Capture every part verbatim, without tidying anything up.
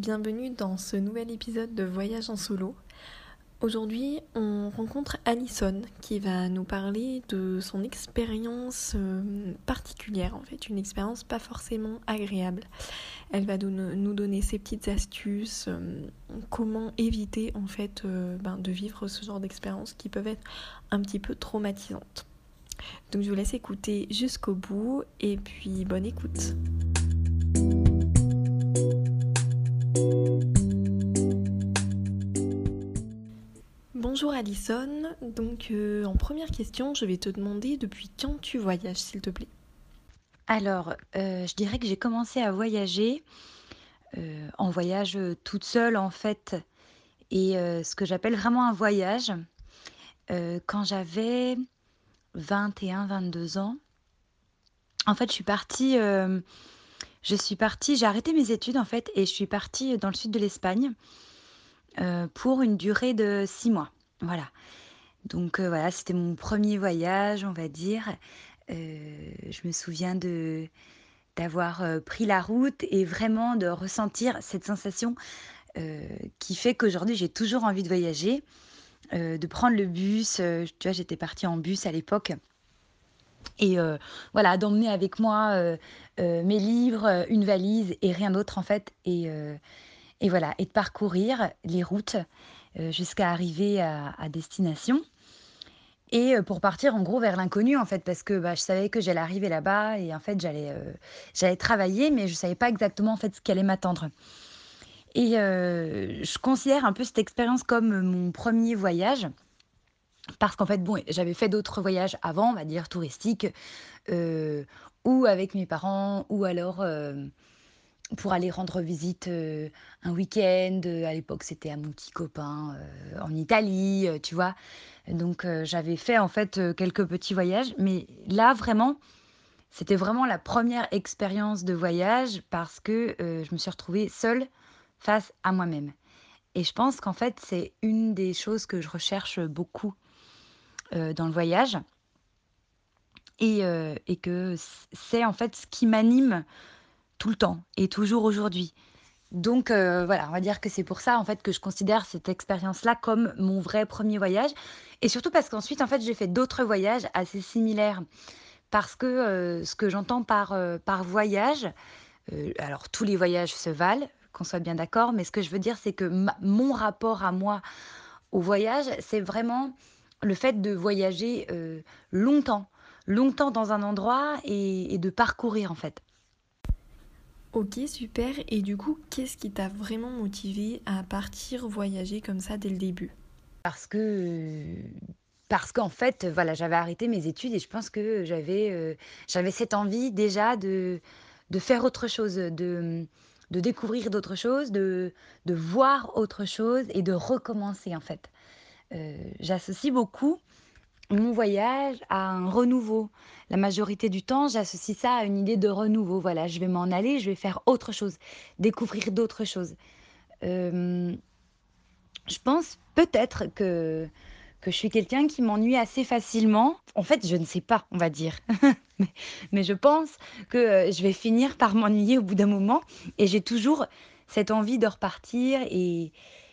bienvenue dans ce nouvel épisode de Voyage en solo. Aujourd'hui, on rencontre Alison qui va nous parler de son expérience euh, particulière, en fait, une expérience pas forcément agréable. Elle va nous donner ses petites astuces, euh, comment éviter en fait euh, ben, de vivre ce genre d'expériences qui peuvent être un petit peu traumatisantes. Donc je vous laisse écouter jusqu'au bout et puis bonne écoute. Bonjour Alison, donc euh, en première question, je vais te demander depuis quand tu voyages, s'il te plaît. Alors, heu, je dirais que j'ai commencé à voyager, heu, en voyage, heu, toute seule en fait et heu, ce que j'appelle vraiment un voyage, heu, quand j'avais vingt et un vingt-deux ans. En fait, je suis partie, hem, je suis partie j'ai arrêté mes études en fait et je suis partie dans le sud de l'Espagne, heu, pour une durée de six mois. Voilà. Donc heu, voilà, c'était mon premier voyage, on va dire. Heu, je me souviens de D'avoir, heu, pris la route et vraiment de ressentir cette sensation, heu, qui fait qu'aujourd'hui j'ai toujours envie de voyager, heu, de prendre le bus, heu, tu vois? J'étais partie en bus à l'époque et heu, voilà, d'emmener avec moi, heu heu, mes livres, heu, une valise et rien d'autre en fait et heu et voilà et de parcourir les routes, heu, jusqu'à arriver à à destination et heu, pour partir en gros vers l'inconnu en fait parce que, bah, je savais que j'allais arriver là-bas et en fait j'allais, heu, j'allais travailler mais je savais pas exactement en fait ce qui allait m'attendre et heu, je considère un peu cette expérience comme, mon premier voyage parce qu'en fait bon, j'avais fait d'autres voyages avant, on va dire touristiques, heu, ou avec mes parents ou alors, hem, pour aller rendre visite, heu, un week-end, heu, à l'époque c'était à mon petit copain, heu, en Italie, heu, tu vois? Donc heu, j'avais fait en fait, heu, quelques petits voyages, mais là vraiment, c'était vraiment la première expérience de voyage parce que, heu, je me suis retrouvée seule face à moi-même et je pense qu'en fait, c'est une des choses que je recherche beaucoup, heu, dans le voyage et heu et que c c'est en fait ce qui m'anime tout le temps et toujours aujourd'hui. Donc heu, voilà, on va dire que c'est pour ça, en fait, que je considère cette expérience-là comme mon vrai premier voyage et surtout parce qu'ensuite, en fait, j'ai fait d'autres voyages assez similaires. Parce que, heu, ce que j'entends par, heu, par voyage, heu, alors tous les voyages se valent, qu'on soit bien d'accord, mais ce que je veux dire, c'est que ma mon rapport à moi au voyage, c'est vraiment le fait de voyager, heu, longtemps, longtemps dans un endroit et et de parcourir, en fait. Ok, super. Et du coup, qu'est-ce qui t'a vraiment motivé à partir voyager comme ça dès le début? Parce que, heu, parce qu'en fait, voilà, j'avais arrêté mes études et je pense que j'avais, heu, j'avais cette envie déjà de de faire autre chose, de, mmh, de découvrir d'autres choses, de de voir autre chose et de recommencer, en fait. Heu, j'associe beaucoup mon voyage à un renouveau. La majorité du temps, j'associe ça à une idée de renouveau. Voilà, je vais m'en aller, je vais faire autre chose, découvrir d'autres choses. Hem Je pense peut-être que que je suis quelqu'un qui m'ennuie assez facilement. En fait, je ne sais pas, on va dire. Mais mais je pense que, heu, je vais finir par m'ennuyer au bout d'un moment et j'ai toujours cette envie de repartir et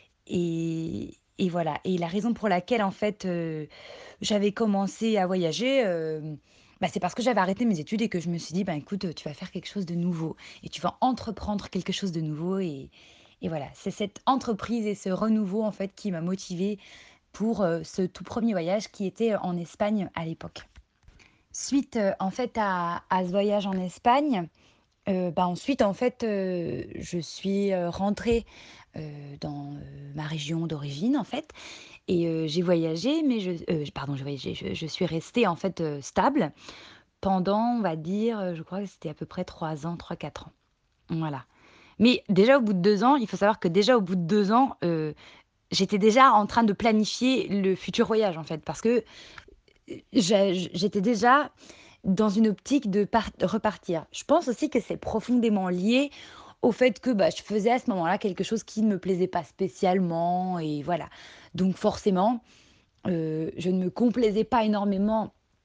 et et voilà et la raison pour laquelle, en fait, heu, j'avais commencé à voyager, hem, bah, c'est parce que j'avais arrêté mes études et que je me suis dit: «Ben, écoute, tu vas faire quelque chose de nouveau et tu vas entreprendre quelque chose de nouveau» et et voilà. C'est cette entreprise et ce renouveau, en fait, qui m'a motivée pour, heu, ce tout premier voyage qui était en Espagne à l'époque. Suite, heu, en fait, à à ce voyage en Espagne, Heu, bah, ensuite, en fait, heu, je suis, heu, rentrée, heu, dans, heu, ma région d'origine, en fait et heu, j'ai voyagé, mais je heu, pardon, j'ai voyagé, je je suis restée, en fait, heu, stable pendant, on va dire, heu, je crois que c'était à peu près trois ans, trois quatre ans. Voilà. Mais déjà, au bout de deux ans, il faut savoir que déjà, au bout de deux ans, heu, j'étais déjà en train de planifier le futur voyage, en fait, parce que, heu, j'a j'étais déjà dans une optique de part de repartir. Je pense aussi que c'est profondément lié au fait que, bah, je faisais à ce moment-là quelque chose qui ne me plaisait pas spécialement et voilà. Donc forcément, heu, je ne me complaisais pas énormément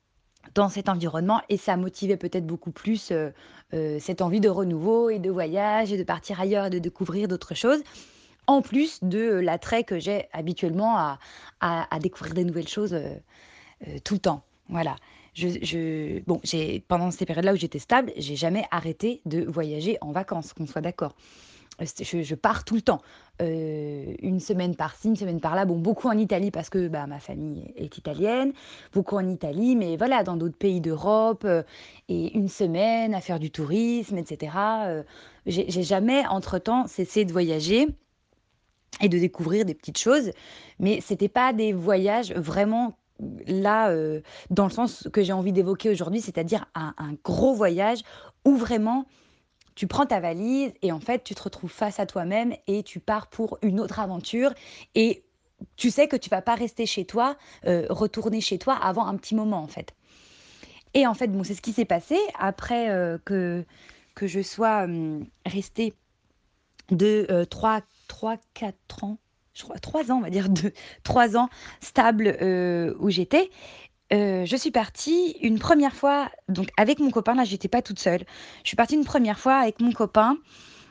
dans cet environnement et ça motivait peut-être beaucoup plus, heu heu, cette envie de renouveau et de voyage et de partir ailleurs et de découvrir d'autres choses. En plus de, heu, l'attrait que j'ai habituellement à à à découvrir des nouvelles choses, heu heu, tout le temps. Voilà. Je je bon, j'ai pendant ces périodes-là où j'étais stable, j'ai jamais arrêté de voyager en vacances, qu'on soit d'accord. Heu, c'est je je pars tout le temps. Heu, une semaine par-ci, une semaine par-là. Bon, beaucoup en Italie parce que, bah, ma famille est italienne, beaucoup en Italie, mais voilà, dans d'autres pays d'Europe, heu et une semaine à faire du tourisme et cetera, heu, j'ai j'ai jamais entre-temps cessé de voyager et de découvrir des petites choses, mais c'était pas des voyages vraiment là, heu, dans le sens que j'ai envie d'évoquer aujourd'hui, c'est-à-dire un un gros voyage où vraiment tu prends ta valise et en fait, tu te retrouves face à toi-même et tu pars pour une autre aventure et tu sais que tu vas pas rester chez toi, heu, retourner chez toi avant un petit moment, en fait. Et en fait, bon, c'est ce qui s'est passé après, heu, que que je sois, hem, restée de, heu, trois 3-4 ans, je crois trois ans, on va dire de trois ans stable, heu, où j'étais. Heu, je suis partie une première fois donc avec mon copain, là, j'étais pas toute seule. Je suis partie une première fois avec mon copain,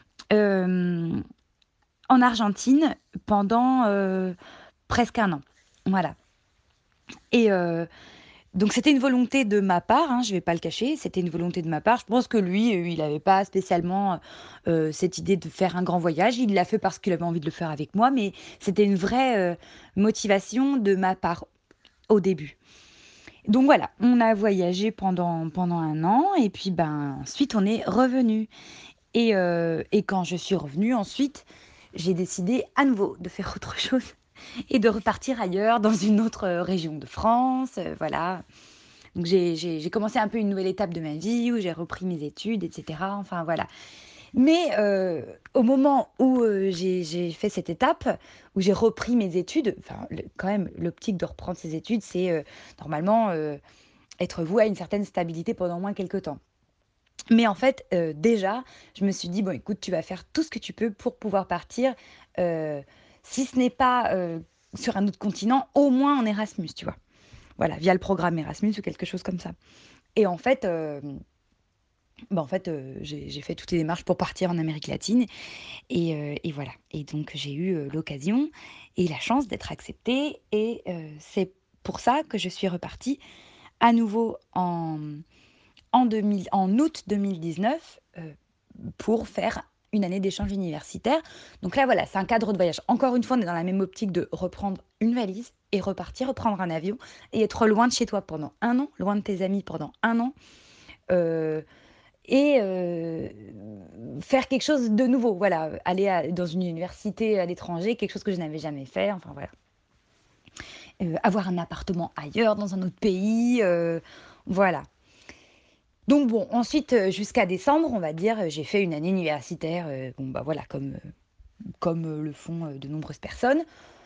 hem, en Argentine pendant, heu, presque un an. Voilà et heu, donc c'était une volonté de ma part, hein, je vais pas le cacher, c'était une volonté de ma part. Je pense que lui, heu, il avait pas spécialement, heu, cette idée de faire un grand voyage. Il l'a fait parce qu'il avait envie de le faire avec moi, mais c'était une vraie, heu, motivation de ma part au début. Donc voilà, on a voyagé pendant pendant un an et puis, ben, ensuite on est revenu. Et heu et quand je suis revenue ensuite, j'ai décidé à nouveau de faire autre chose et de repartir ailleurs dans une autre, heu, région de France, heu, voilà. Donc j'ai j'ai j'ai commencé un peu une nouvelle étape de ma vie où j'ai repris mes études et cetera, enfin voilà. Mais heu, au moment où, heu, j'ai j'ai fait cette étape, où j'ai repris mes études, enfin le quand même l'optique de reprendre ses études, c'est, heu, normalement, heu, être voué à une certaine stabilité pendant au moins quelque temps. Mais en fait, heu, déjà, je me suis dit: «Bon écoute, tu vas faire tout ce que tu peux pour pouvoir partir, heu, si ce n'est pas, heu, sur un autre continent, au moins en Erasmus», tu vois? Voilà, via le programme Erasmus ou quelque chose comme ça. Et en fait, hem, bah, en fait, heu, j'ai j'ai fait toutes les démarches pour partir en Amérique latine et heu et voilà. Et donc j'ai eu, heu, l'occasion et la chance d'être acceptée et heu, c'est pour ça que je suis repartie à nouveau en en deux mille en août deux mille dix-neuf, heu, pour faire une année d'échange universitaire. Donc là, voilà, c'est un cadre de voyage. Encore une fois, on est dans la même optique de reprendre une valise et repartir, reprendre un avion et être loin de chez toi pendant un an, loin de tes amis pendant un an, heu et heu, faire quelque chose de nouveau. Voilà, aller à dans une université à l'étranger, quelque chose que je n'avais jamais fait, enfin voilà. Heu, avoir un appartement ailleurs, dans un autre pays, heu, voilà. Donc bon, ensuite, heu, jusqu'à décembre, on va dire, heu, j'ai fait une année universitaire, heu, bon, bah, voilà, comme, heu, comme, heu, le font, heu, de nombreuses personnes.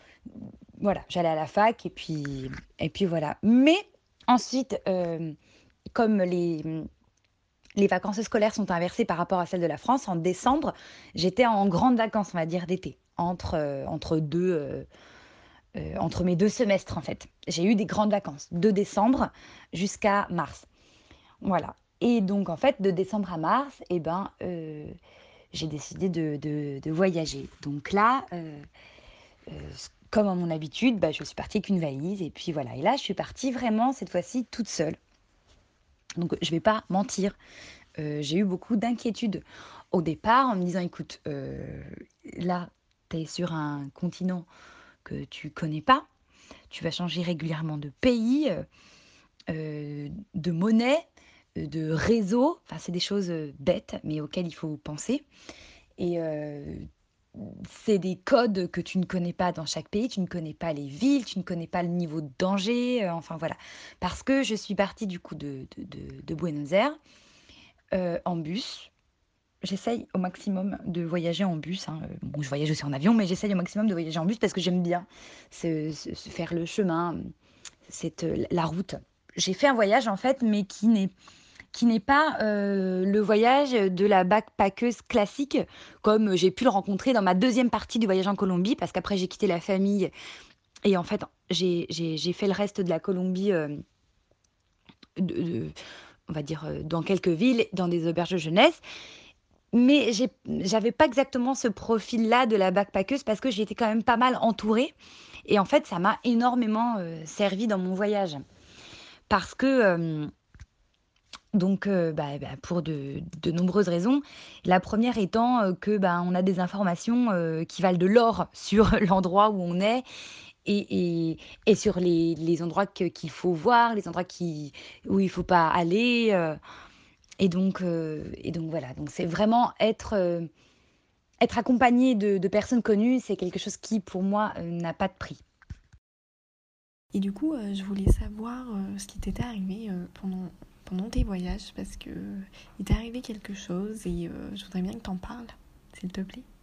Voilà, j'allais à la fac et puis et puis voilà. Mais ensuite, hem, comme les, mmh, les vacances scolaires sont inversées par rapport à celles de la France, en décembre, j'étais en grandes vacances, on va dire, d'été, entre, heu, entre deux, heu heu, entre mes deux semestres, en fait. J'ai eu des grandes vacances, de décembre jusqu'à mars. Voilà. Et donc en fait, de décembre à mars, et ben, heu, j'ai décidé de de de voyager. Donc là, heu heu, s comme à mon habitude, bah, je suis partie avec une valise et puis voilà. Et là, je suis partie vraiment cette fois-ci toute seule. Donc je vais pas mentir, heu, j'ai eu beaucoup d'inquiétudes au départ en me disant: «Écoute, heu, là, tu es sur un continent que tu connais pas, tu vas changer régulièrement de pays, heu heu, de monnaie, heu, de réseau». Enfin, c'est des choses, heu, bêtes, mais auxquelles il faut penser. Et heu, c'est des codes que tu ne connais pas dans chaque pays, tu ne connais pas les villes, tu ne connais pas le niveau de danger, heu, enfin voilà. Parce que je suis partie du coup de de de de Buenos Aires, heu, en bus. J'essaye au maximum de voyager en bus, hein, heu, bon je voyage aussi en avion, mais j'essaye au maximum de voyager en bus parce que j'aime bien ce ce ce faire le chemin, mmh, cette, heu, la route. J'ai fait un voyage en fait, mais qui n'est qui n'est pas, heu, le voyage de la backpackeuse classique, comme j'ai pu le rencontrer dans ma deuxième partie du voyage en Colombie, parce qu'après j'ai quitté la famille et en fait, j'ai j'ai j'ai fait le reste de la Colombie, hem, de de on va dire, heu, dans quelques villes, dans des auberges de jeunesse. Mais j'ai j'avais pas exactement ce profil-là de la backpackeuse parce que j'étais quand même pas mal entourée et en fait, ça m'a énormément, heu, servi dans mon voyage. Parce que, hem, donc heu, bah bah, pour de de nombreuses raisons. La première étant, heu, que, ben, on a des informations, heu, qui valent de l'or sur l'endroit où on est et et et sur les les endroits que qu'il faut voir, les endroits qui où il faut pas aller, heu et donc heu et donc voilà. Donc c'est vraiment être, heu, être accompagné de de personnes connues, c'est quelque chose qui, pour moi, heu, n'a pas de prix. Et du coup, euh, je voulais savoir euh, ce qui t'était arrivé euh, pendant, pendant tes voyages, parce que il t'est arrivé quelque chose et euh, je voudrais bien que t'en parles, s'il te plaît.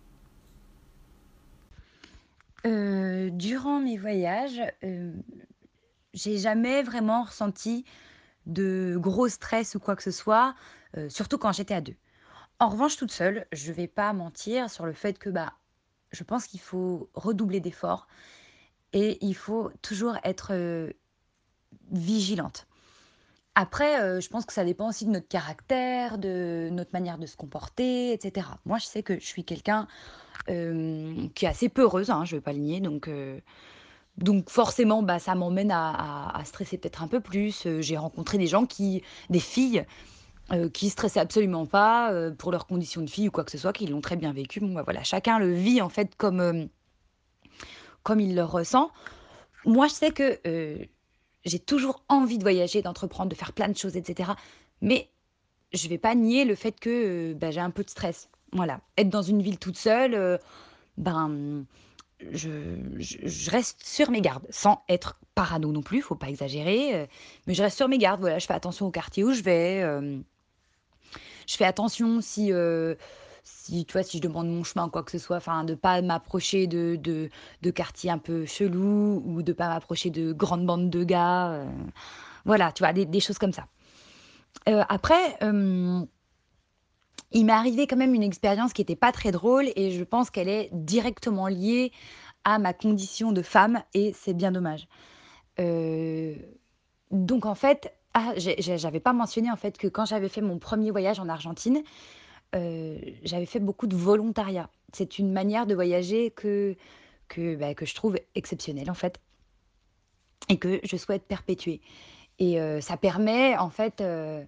Heu, durant mes voyages, heu, j'ai jamais vraiment ressenti de gros stress ou quoi que ce soit, heu, surtout quand j'étais à deux. En revanche, toute seule, je vais pas mentir sur le fait que, bah, je pense qu'il faut redoubler d'efforts et il faut toujours être, heu, vigilante. Après, heu, je pense que ça dépend aussi de notre caractère, de notre manière de se comporter et cetera. Moi, je sais que je suis quelqu'un, hem, qui est assez peureuse, hein, je vais pas le nier, donc heu, donc forcément, bah, ça m'emmène à à à stresser peut-être un peu plus. Heu, j'ai rencontré des gens qui des filles, heu, qui stressaient absolument pas, heu, pour leurs conditions de vie ou quoi que ce soit, qui l'ont très bien vécu. Bon, bah, voilà, chacun le vit en fait comme, hem, comme il le ressent. Moi, je sais que, heu, j'ai toujours envie de voyager, d'entreprendre, de faire plein de choses et cetera. Mais je vais pas nier le fait que, heu, bah, j'ai un peu de stress. Voilà. Être dans une ville toute seule, heu, ben, je je je reste sur mes gardes, sans être parano non plus, faut pas exagérer, heu, mais je reste sur mes gardes. Voilà, je fais attention au quartier où je vais, hem, je fais attention si, heu, si tu vois, si je demande mon chemin ou quoi que ce soit, enfin, de pas m'approcher de de de quartiers un peu chelous ou de pas m'approcher de grandes bandes de gars, heu, voilà, tu vois? Des des choses comme ça. Heu, après, hem il m'est arrivé quand même une expérience qui était pas très drôle et je pense qu'elle est directement liée à ma condition de femme et c'est bien dommage. Heu, donc en fait ah, j'ai j'ai j'avais pas mentionné en fait que quand j'avais fait mon premier voyage en Argentine, heu, j'avais fait beaucoup de volontariat. C'est une manière de voyager que que, bah, que je trouve exceptionnelle en fait et que je souhaite perpétuer et heu, ça permet en fait, heu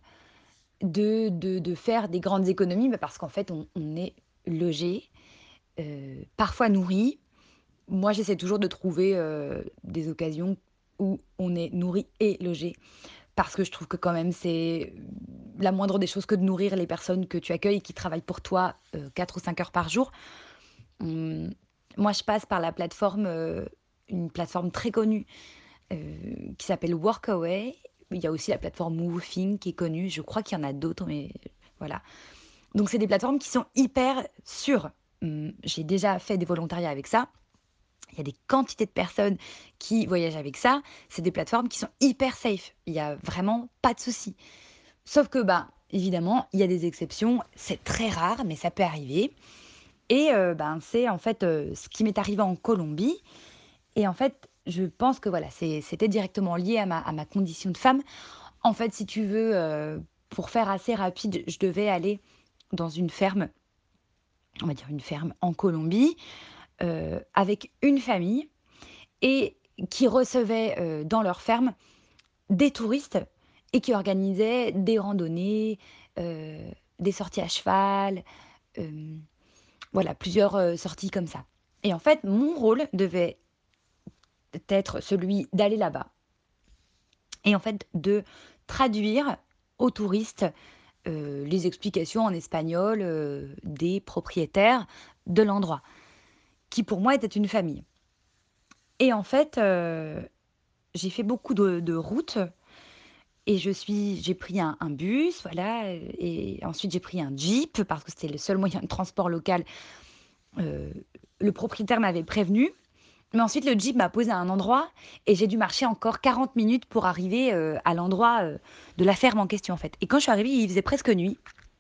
de de de faire des grandes économies, bah, parce qu'en fait, on on est logé, heu, parfois nourri. Moi, j'essaie toujours de trouver, heu, des occasions où on est nourri et logé, parce que je trouve que quand même c'est la moindre des choses que de nourrir les personnes que tu accueilles et qui travaillent pour toi, heu, quatre ou cinq heures par jour. Mmh, moi, je passe par la plateforme, heu, une plateforme très connue, heu, qui s'appelle Workaway. Il y a aussi la plateforme Woofing qui est connue. Je crois qu'il y en a d'autres, mais voilà. Donc c'est des plateformes qui sont hyper sûres. Mmh, j'ai déjà fait des volontariats avec ça. Il y a des quantités de personnes qui voyagent avec ça. C'est des plateformes qui sont hyper safe. Il y a vraiment pas de souci. Sauf que, bah, évidemment, il y a des exceptions. C'est très rare, mais ça peut arriver. Et heu, ben, c'est en fait, heu, ce qui m'est arrivé en Colombie et en fait, je pense que voilà, c'est c'était directement lié à ma à ma condition de femme. En fait, si tu veux, heu, pour faire assez rapide, je devais aller dans une ferme, on va dire une ferme en Colombie, heu, avec une famille et qui recevait, heu, dans leur ferme des touristes et qui organisait des randonnées, heu, des sorties à cheval, hem, voilà plusieurs, heu, sorties comme ça et en fait, mon rôle devait être celui d'aller là-bas et en fait de traduire aux touristes, heu, les explications en espagnol, heu, des propriétaires de l'endroit, qui pour moi était une famille. Et en fait, heu, j'ai fait beaucoup de de routes et je suis j'ai pris un un bus, voilà, heu et ensuite j'ai pris un jeep parce que c'était le seul moyen de transport local. Heu, le propriétaire m'avait prévenu, mais ensuite le jeep m'a posé à un endroit et j'ai dû marcher encore quarante minutes pour arriver, heu, à l'endroit, heu, de la ferme en question, en fait. Et quand je suis arrivée, il faisait presque nuit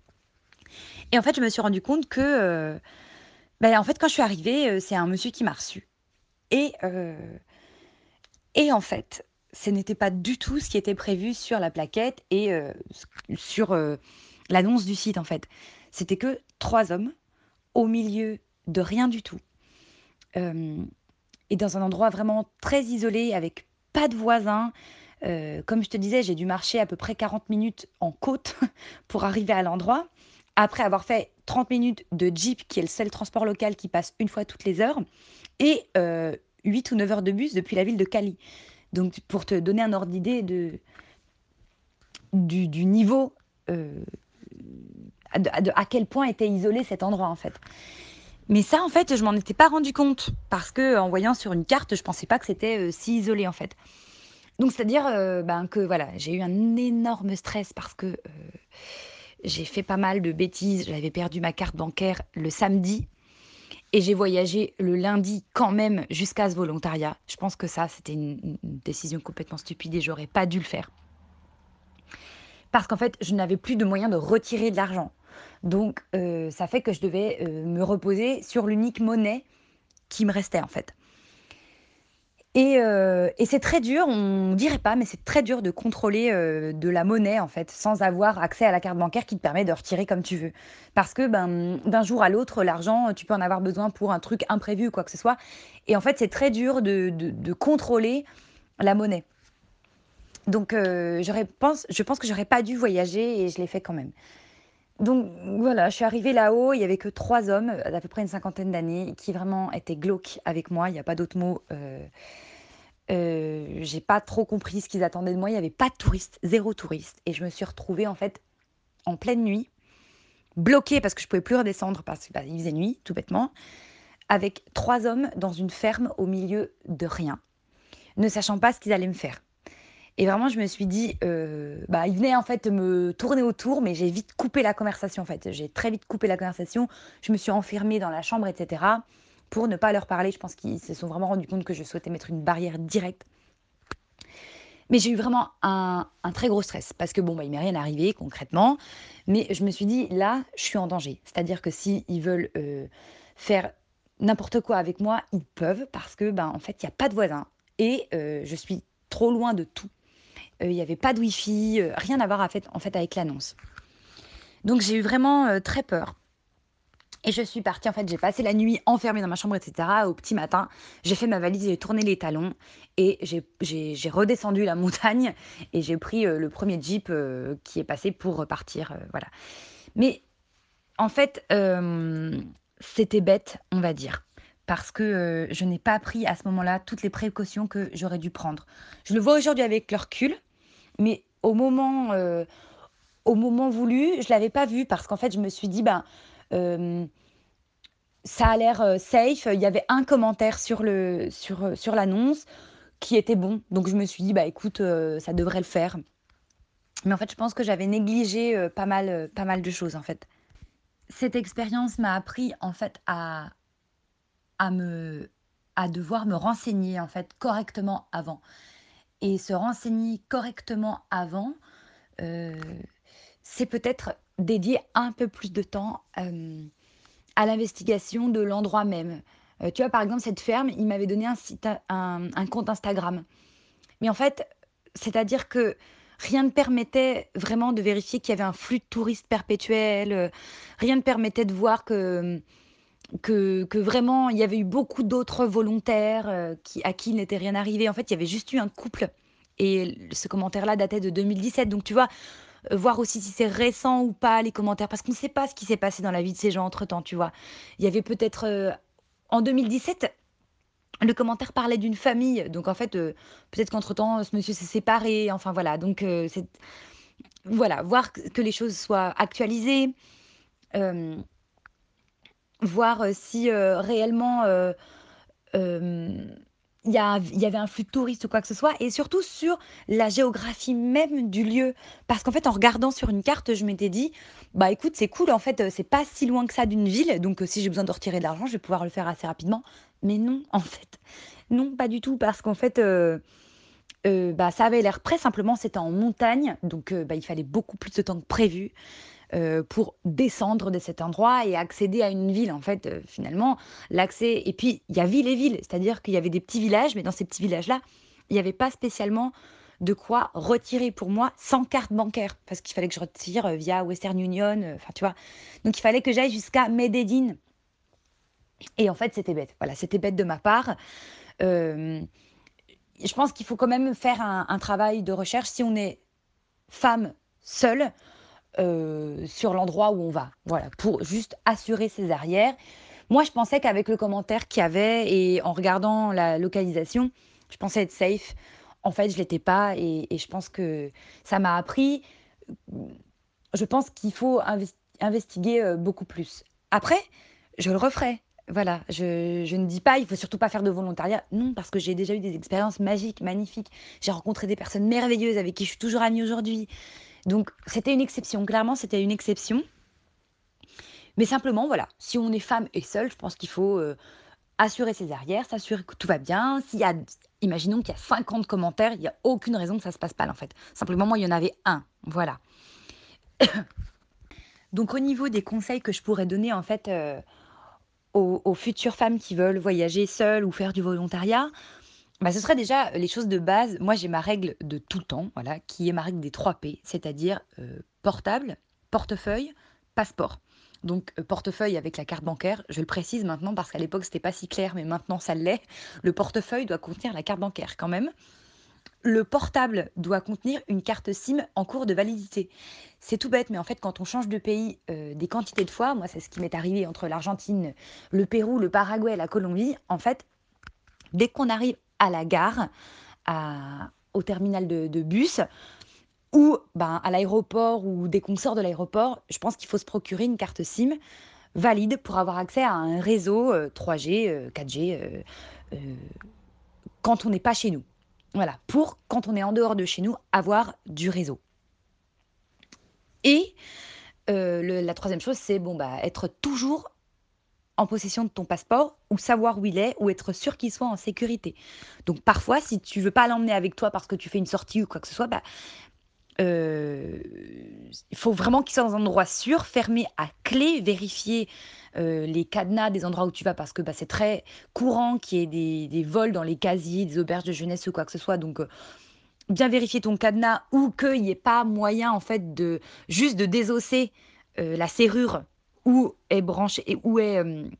et en fait, je me suis rendu compte que, heu, bah, en fait, quand je suis arrivée, heu, c'est un monsieur qui m'a reçue et heu et en fait ce n'était pas du tout ce qui était prévu sur la plaquette et heu, s sur, heu, l'annonce du site, en fait. C'était que trois hommes au milieu de rien du tout, hem et dans un endroit vraiment très isolé avec pas de voisins. Heu, comme je te disais, j'ai dû marcher à peu près quarante minutes en côte pour arriver à l'endroit. Après avoir fait trente minutes de jeep, qui est le seul transport local qui passe une fois toutes les heures et heu, huit ou neuf heures de bus depuis la ville de Cali. Donc pour te donner un ordre d'idée de du du niveau, heu, à de à de à quel point était isolé cet endroit, en fait. Mais ça, en fait, je m'en étais pas rendu compte parce que en voyant sur une carte, je pensais pas que c'était, heu, si isolé, en fait. Donc c'est-à-dire, heu, ben, que voilà, j'ai eu un énorme stress parce que, heu, j'ai fait pas mal de bêtises. J'avais perdu ma carte bancaire le samedi et j'ai voyagé le lundi quand même jusqu'à ce volontariat. Je pense que ça, c'était une une une décision complètement stupide et j'aurais pas dû le faire. Parce qu'en fait, je n'avais plus de moyen de retirer de l'argent. Donc heu, ça fait que je devais, heu, me reposer sur l'unique monnaie qui me restait, en fait. Et heu et c'est très dur, on dirait pas, mais c'est très dur de contrôler, heu, de la monnaie, en fait, sans avoir accès à la carte bancaire qui te permet de retirer comme tu veux. Parce que, ben, d'un jour à l'autre, l'argent, tu peux en avoir besoin pour un truc imprévu ou quoi que ce soit et en fait, c'est très dur de de de contrôler la monnaie. Donc heu, j'aurais pense je pense que j'aurais pas dû voyager et je l'ai fait quand même. Donc voilà, je suis arrivée là-haut, il y avait que trois hommes, d'à peu près une cinquantaine d'années, qui vraiment étaient glauques avec moi, il y a pas d'autre mot. heu Heu, j'ai pas trop compris ce qu'ils attendaient de moi. Il y avait pas de touristes, zéro touriste et je me suis retrouvée, en fait, en pleine nuit, bloquée parce que je pouvais plus redescendre parce que, bah, il faisait nuit, tout bêtement, avec trois hommes dans une ferme au milieu de rien, ne sachant pas ce qu'ils allaient me faire et vraiment je me suis dit, heu, bah, ils venaient, en fait, me tourner autour mais j'ai vite coupé la conversation, en fait. J'ai très vite coupé la conversation. Je me suis enfermée dans la chambre et cetera pour ne pas leur parler. Je pense qu'ils se sont vraiment rendus compte que je souhaitais mettre une barrière directe. Mais j'ai eu vraiment un un très gros stress parce que bon, bah, il m'est rien arrivé concrètement, mais je me suis dit: «Là, je suis en danger». C'est-à-dire que s'ils veulent, heu, faire n'importe quoi avec moi, ils peuvent parce que, ben, en fait, il y a pas de voisins et heu, je suis trop loin de tout. Heu, il y avait pas de wifi, heu, rien à voir à fait en fait avec l'annonce. Donc j'ai eu vraiment, heu, très peur. Et je suis partie, en fait, j'ai passé la nuit enfermée dans ma chambre et cetera. Au petit matin, j'ai fait ma valise, j'ai tourné les talons et j'ai j'ai j'ai redescendu la montagne et j'ai pris, heu, le premier jeep, heu, qui est passé pour repartir, heu, voilà. Mais en fait, hem, c'était bête, on va dire, parce que, heu, je n'ai pas pris à ce moment-là toutes les précautions que j'aurais dû prendre. Je le vois aujourd'hui avec le recul, mais au moment, heu, au moment voulu, je l'avais pas vu parce qu'en fait, je me suis dit: «Ben, hem» ça a l'air, heu, safe. Il y avait un commentaire sur le sur, heu, sur l'annonce qui était bon. Donc je me suis dit: «Bah, écoute, heu, ça devrait le faire». Mais en fait, je pense que j'avais négligé, heu, pas mal, heu, pas mal de choses, en fait. Cette expérience m'a appris, en fait, à à me à devoir me renseigner, en fait, correctement avant et se renseigner correctement avant, heu, c'est peut-être dédier un peu plus de temps, hem à l'investigation de l'endroit même. Heu, tu vois, par exemple, cette ferme, il m'avait donné un site in un un compte Instagram. Mais en fait, c'est-à-dire que rien ne permettait vraiment de vérifier qu'il y avait un flux de touristes perpétuel, heu, rien ne permettait de voir que, que que vraiment il y avait eu beaucoup d'autres volontaires, heu, qui à qui il n'était rien arrivé. En fait, il y avait juste eu un couple et l ce commentaire-là datait de deux mille dix-sept. Donc tu vois, heu, voir aussi si c'est récent ou pas les commentaires, parce qu'on ne sait pas ce qui s'est passé dans la vie de ces gens entre-temps, tu vois? Il y avait peut-être, heu, en deux mille dix-sept, le commentaire parlait d'une famille, donc en fait, heu, peut-être qu'entre-temps, ce monsieur s'est séparé, enfin voilà, donc heu, c'est voilà, voir que que les choses soient actualisées, hem, voir, heu, si, heu, réellement, heu Hem, il y a il y avait un flux de touristes ou quoi que ce soit et surtout sur la géographie même du lieu. Parce qu'en fait, en regardant sur une carte, je m'étais dit: «Bah, écoute, c'est cool, en fait, heu, c'est pas si loin que ça d'une ville, donc heu, si j'ai besoin de retirer de l'argent, je vais pouvoir le faire assez rapidement». Mais non, en fait, non, pas du tout parce qu'en fait, heu heu, bah, ça avait l'air prêt, simplement c'était en montagne, donc heu, bah, il fallait beaucoup plus de temps que prévu heu, pour descendre de cet endroit et accéder à une ville. En fait, heu, finalement, l'accès et puis il y a ville et ville, c'est-à-dire qu'il y avait des petits villages, mais dans ces petits villages-là, il y avait pas spécialement de quoi retirer pour moi sans carte bancaire. Parce qu'il fallait que je retire, heu, via Western Union, heu, enfin, tu vois? Donc il fallait que j'aille jusqu'à Medellín et en fait, c'était bête. Voilà, c'était bête de ma part. Hem, je pense qu'il faut quand même faire un un travail de recherche si on est femme seule, heu, sur l'endroit où on va. Voilà, pour juste assurer ses arrières. Moi, je pensais qu'avec le commentaire qu'il y avait et en regardant la localisation, je pensais être safe. En fait, je l'étais pas et et je pense que ça m'a appris, mmh, je pense qu'il faut inves investiguer, heu, beaucoup plus. Après, je le referai. Voilà, je je ne dis pas: «Il faut surtout pas faire de volontariat». Non, parce que j'ai déjà eu des expériences magiques, magnifiques. J'ai rencontré des personnes merveilleuses avec qui je suis toujours amie aujourd'hui. Donc c'était une exception, clairement, c'était une exception. Mais simplement, voilà, si on est femme et seule, je pense qu'il faut, heu, assurer ses arrières, s'assurer que tout va bien. S'il y a imaginons qu'il y a cinquante commentaires, il y a aucune raison que ça se passe mal, en fait. Simplement, moi, il y en avait un, voilà. Donc au niveau des conseils que je pourrais donner, en fait, heu, aux aux futures femmes qui veulent voyager seules ou faire du volontariat, bah, ce serait déjà les choses de base. Moi, j'ai ma règle de tout le temps, voilà, qui est ma règle des trois P, c'est-à-dire, heu, portable, portefeuille, passeport. Donc, heu, portefeuille avec la carte bancaire, je le précise maintenant parce qu'à l'époque, c'était pas si clair, mais maintenant ça l'est. Le portefeuille doit contenir la carte bancaire quand même. Le portable doit contenir une carte SIM en cours de validité. C'est tout bête, mais en fait, quand on change de pays, heu, des quantités de fois, moi, c'est ce qui m'est arrivé entre l'Argentine, le Pérou, le Paraguay, la Colombie. En fait, dès qu'on arrive à la gare, à au terminal de de bus ou, ben, à l'aéroport ou dès qu'on sort de l'aéroport, je pense qu'il faut se procurer une carte SIM valide pour avoir accès à un réseau, heu, trois G, heu, quatre G, heu heu, quand on n'est pas chez nous. Voilà, pour quand on est en dehors de chez nous, avoir du réseau et heu, le la troisième chose, c'est bon, bah, être toujours en possession de ton passeport ou savoir où il est ou être sûr qu'il soit en sécurité. Donc parfois, si tu veux pas l'emmener avec toi parce que tu fais une sortie ou quoi que ce soit, bah, Heu, il faut vraiment qu'il soit dans un endroit sûr, fermé à clé, vérifier, heu, les cadenas des endroits où tu vas parce que, bah, c'est très courant qu'il y ait des des vols dans les casiers, des auberges de jeunesse ou quoi que ce soit donc heu, bien vérifier ton cadenas ou qu'il y ait pas moyen en fait de juste de désosser, heu, la serrure où est branché et où est, hem,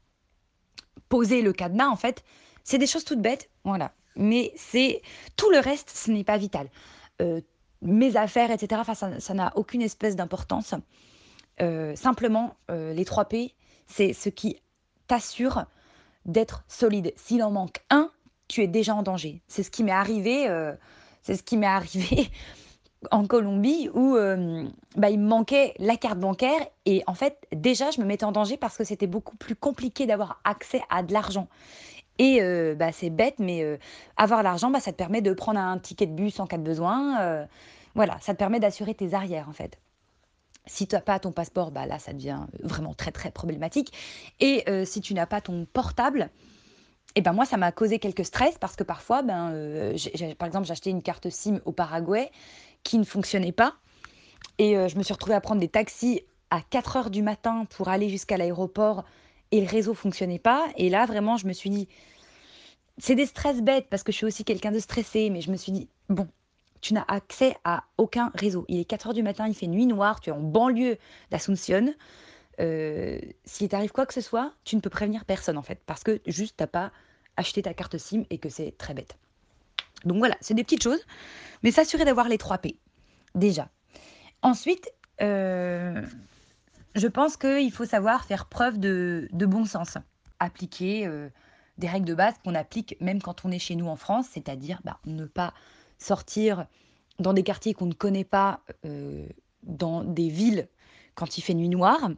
posé le cadenas en fait. C'est des choses toutes bêtes, voilà, mais c'est tout le reste, ce n'est pas vital. Heu, Mes affaires et cetera, enfin ça ça n'a aucune espèce d'importance. Heu, simplement, heu, les trois P, c'est ce qui t'assure d'être solide. S'il en manque un, tu es déjà en danger. C'est ce qui m'est arrivé, heu, c'est ce qui m'est arrivé en Colombie où, hem, bah, il me manquait la carte bancaire et en fait, déjà, je me mettais en danger parce que c'était beaucoup plus compliqué d'avoir accès à de l'argent et heu, bah, c'est bête mais heu, avoir l'argent, bah, ça te permet de prendre un ticket de bus en cas de besoin, heu, voilà, ça te permet d'assurer tes arrières, en fait. Si tu as pas ton passeport, bah, là, ça devient vraiment très, très problématique et heu, si tu n'as pas ton portable et ben, moi, ça m'a causé quelques stress parce que parfois, ben, heu, j'ai j'ai par exemple, j'ai acheté une carte SIM au Paraguay qui ne fonctionnait pas et heu, je me suis retrouvée à prendre des taxis à quatre heures du matin pour aller jusqu'à l'aéroport et le réseau fonctionnait pas et là, vraiment, je me suis dit: c'est des stress bêtes parce que je suis aussi quelqu'un de stressé, mais je me suis dit: «Bon, tu n'as accès à aucun réseau. Il est quatre heures du matin, il fait nuit noire, tu es en banlieue d'Asunción, heu, s'il t'arrive quoi que ce soit, tu ne peux prévenir personne, en fait, parce que juste tu as pas acheté ta carte SIM et que c'est très bête». Donc voilà, c'est des petites choses, mais s'assurer d'avoir les trois P, déjà. Ensuite, heu, je pense qu'il faut savoir faire preuve de de bon sens. Appliquer, heu, des règles de base qu'on applique même quand on est chez nous en France, c'est-à-dire, bah, ne pas sortir dans des quartiers qu'on ne connaît pas, heu, dans des villes quand il fait nuit noire.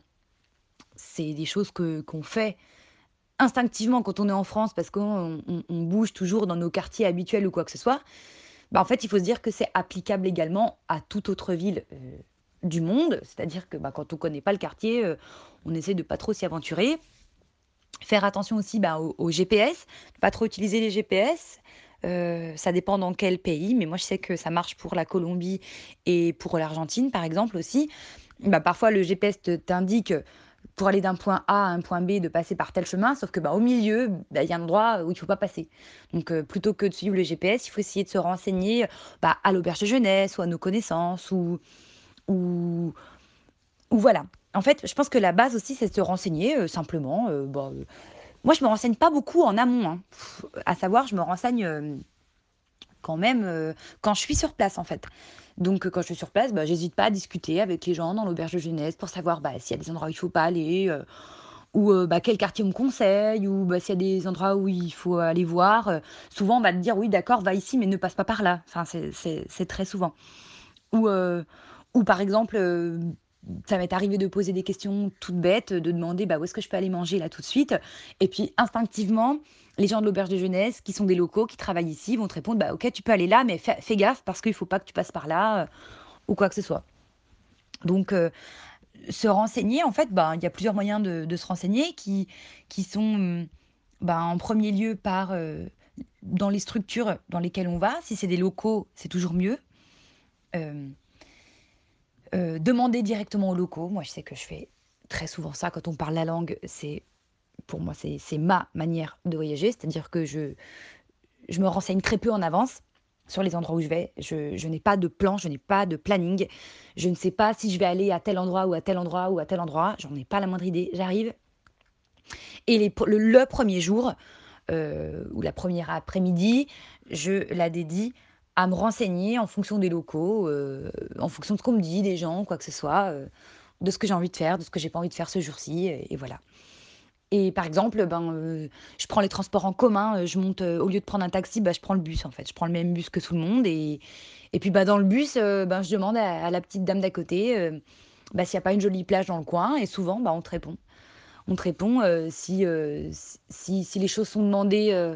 C'est des choses que qu'on fait instinctivement quand on est en France parce qu'on on on bouge toujours dans nos quartiers habituels ou quoi que ce soit. Bah, en fait, il faut se dire que c'est applicable également à toute autre ville, heu, du monde. C'est-à-dire que, bah, quand on connaît pas le quartier, heu, on essaie de pas trop s'y aventurer. Faire attention aussi, bah, au au G P S, pas trop utiliser les G P S, heu, ça dépend dans quel pays, mais moi je sais que ça marche pour la Colombie et pour l'Argentine, par exemple aussi. Bah, parfois le G P S te t'indique, pour aller d'un point A à un point B, de passer par tel chemin, sauf que, bah, au milieu, bah, il y a un endroit où il faut pas passer. Donc, heu, plutôt que de suivre le G P S, il faut essayer de se renseigner, bah, à l'auberge de jeunesse ou à nos connaissances ou ou ou voilà. En fait, je pense que la base aussi, c'est de se renseigner, heu, simplement, heu, bah, heu, moi je me renseigne pas beaucoup en amont, hein. Pff, à savoir, je me renseigne, hem, quand même, heu, quand je suis sur place, en fait. Donc, heu, quand je suis sur place, bah, j'hésite pas à discuter avec les gens dans l'auberge de jeunesse pour savoir, bah, s'il y a des endroits où il faut pas aller, heu, ou, heu, bah, quel quartier on me conseille, ou, bah, s'il y a des endroits où il faut aller voir, heu, souvent on va te dire: «Oui d'accord, va ici, mais ne passe pas par là». Enfin, c'est c'est c'est très souvent. Ou, heu, ou par exemple, heu, ça m'est arrivé de poser des questions toutes bêtes, de demander: «Bah, où est-ce que je peux aller manger là tout de suite?» Et puis instinctivement, les gens de l'auberge de jeunesse qui sont des locaux, qui travaillent ici, vont te répondre: «Bah, OK, tu peux aller là, mais fais fais gaffe parce qu'il faut pas que tu passes par là», heu, ou quoi que ce soit. Donc, heu, se renseigner en fait, ben, il y a plusieurs moyens de de se renseigner qui qui sont, mmh, ben, en premier lieu par, heu, dans les structures dans lesquelles on va. Si c'est des locaux, c'est toujours mieux. Hem Heu, demander directement aux locaux. Moi, je sais que je fais très souvent ça quand on parle la langue, c'est pour moi, c'est c'est ma manière de voyager. C'est-à-dire que je je me renseigne très peu en avance sur les endroits où je vais. Je je n'ai pas de plan, je n'ai pas de planning. Je ne sais pas si je vais aller à tel endroit ou à tel endroit ou à tel endroit. J'en ai pas la moindre idée. J'arrive et les le le premier jour, heu, ou la première après-midi, je la dédie à me renseigner en fonction des locaux, heu, en fonction de ce qu'on me dit, des gens, quoi que ce soit, heu, de ce que j'ai envie de faire, de ce que j'ai pas envie de faire ce jour-ci et et voilà. Et par exemple, ben, heu, je prends les transports en commun, heu, je monte, heu, au lieu de prendre un taxi, bah, je prends le bus, en fait. Je prends le même bus que tout le monde et et puis, bah, dans le bus, heu, ben, je demande à à la petite dame d'à côté, heu, bah, s'il y a pas une jolie plage dans le coin et souvent, bah, on te répond. On te répond, heu, si, heu, si si si les choses sont demandées, heu,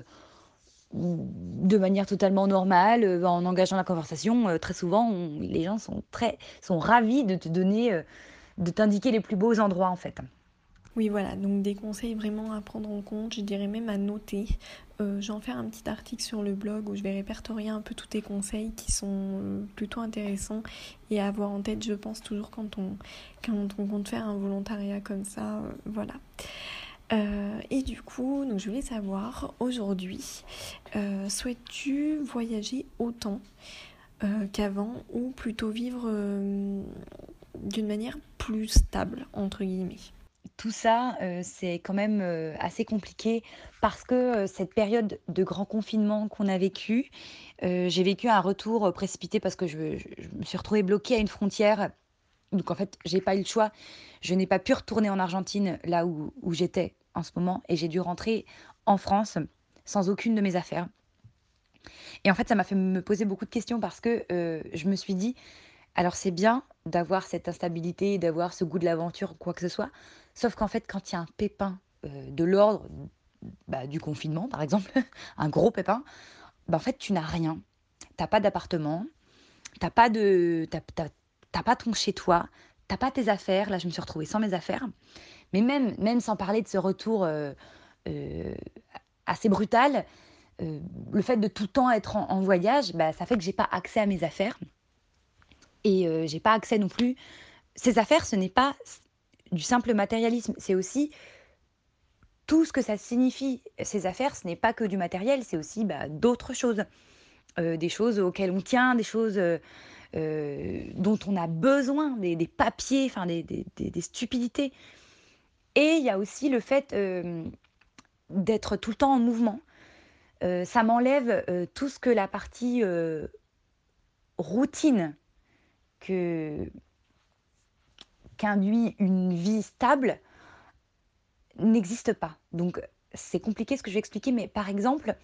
de manière totalement normale, heu, en engageant la conversation, heu, très souvent on les gens sont très sont ravis de te donner, heu, de t'indiquer les plus beaux endroits, en fait. Oui, voilà, donc des conseils vraiment à prendre en compte, je dirais même à noter. Euh, je vais en faire un petit article sur le blog où je vais répertorier un peu tous tes conseils qui sont euh, plutôt intéressants et à avoir en tête, je pense, toujours quand on, quand on compte faire un volontariat comme ça. Euh, voilà. Euh, et du coup, donc je voulais savoir, aujourd'hui, euh, souhaites-tu voyager autant euh, qu'avant ou plutôt vivre euh, d'une manière plus stable, entre guillemets? Tout ça, heu, c'est quand même, heu, assez compliqué parce que, heu, cette période de grand confinement qu'on a vécu, heu, j'ai vécu un retour, heu, précipité parce que je je je me suis retrouvée bloquée à une frontière. Donc en fait, j'ai pas eu le choix. Je n'ai pas pu retourner en Argentine, là où où j'étais en ce moment et j'ai dû rentrer en France sans aucune de mes affaires. Et en fait, ça m'a fait me poser beaucoup de questions parce que, heu, je me suis dit: «Alors c'est bien d'avoir cette instabilité, d'avoir ce goût de l'aventure ou quoi que ce soit, sauf qu'en fait, quand il y a un pépin, heu, de l'ordre, bah, du confinement, par exemple, un gros pépin, bah, en fait, tu n'as rien. Tu as pas d'appartement, tu as pas de tu as tu as tu as pas ton chez toi, tu as pas tes affaires». Là, je me suis retrouvée sans mes affaires, mais même même sans parler de ce retour, heu heu, assez brutal, heu, le fait de tout le temps être en en voyage, bah, ça fait que j'ai pas accès à mes affaires et heu, j'ai pas accès non plus. Ces affaires, ce n'est pas s du simple matérialisme, c'est aussi tout ce que ça signifie. Ces affaires, ce n'est pas que du matériel, c'est aussi, bah, d'autres choses, heu, des choses auxquelles on tient, des choses, heu heu, dont on a besoin, des des papiers, enfin des des des des stupidités. Et il y a aussi le fait, hem, d'être tout le temps en mouvement. Heu, ça m'enlève, heu, tout ce que la partie, heu, routine que qu'induit une vie stable n'existe pas. Donc c'est compliqué ce que je vais expliquer, mais par exemple,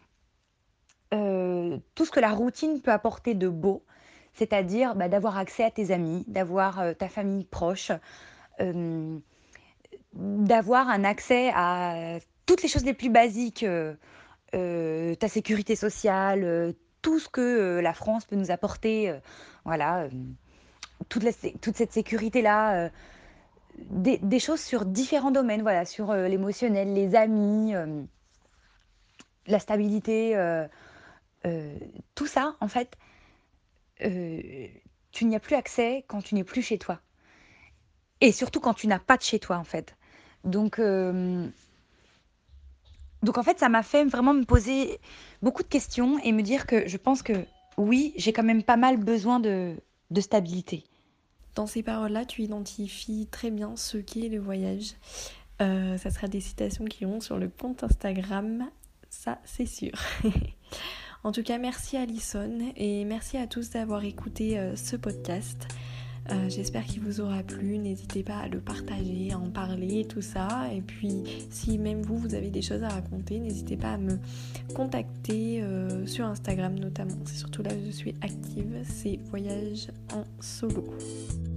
heu, tout ce que la routine peut apporter de beau, c'est-à-dire, bah, d'avoir accès à tes amis, d'avoir, heu, ta famille proche, hem, d'avoir un accès à toutes les choses les plus basiques, heu heu, ta sécurité sociale, heu, tout ce que, heu, la France peut nous apporter, heu, voilà, hem, toute la sé toute cette sécurité-là, heu, des des choses sur différents domaines, voilà, sur, heu, l'émotionnel, les amis, hem, la stabilité, heu heu, tout ça, en fait, heu, tu n'y as plus accès quand tu n'es plus chez toi. et surtout quand tu n'as pas de chez toi, en fait. Donc, hem, donc en fait, ça m'a fait vraiment me poser beaucoup de questions et me dire que je pense que oui, j'ai quand même pas mal besoin de de stabilité. Dans ces paroles-là, tu identifies très bien ce qu'est le voyage. Euh, ça sera des citations qui iront sur le compte Instagram, ça c'est sûr. En tout cas, merci Alison et merci à tous d'avoir écouté euh, ce podcast. Euh, j'espère qu'il vous aura plu, n'hésitez pas à le partager, à en parler, tout ça. Et puis, si même vous, vous avez des choses à raconter, n'hésitez pas à me contacter euh, sur Instagram notamment. C'est surtout là où je suis active, c'est Voyage en solo.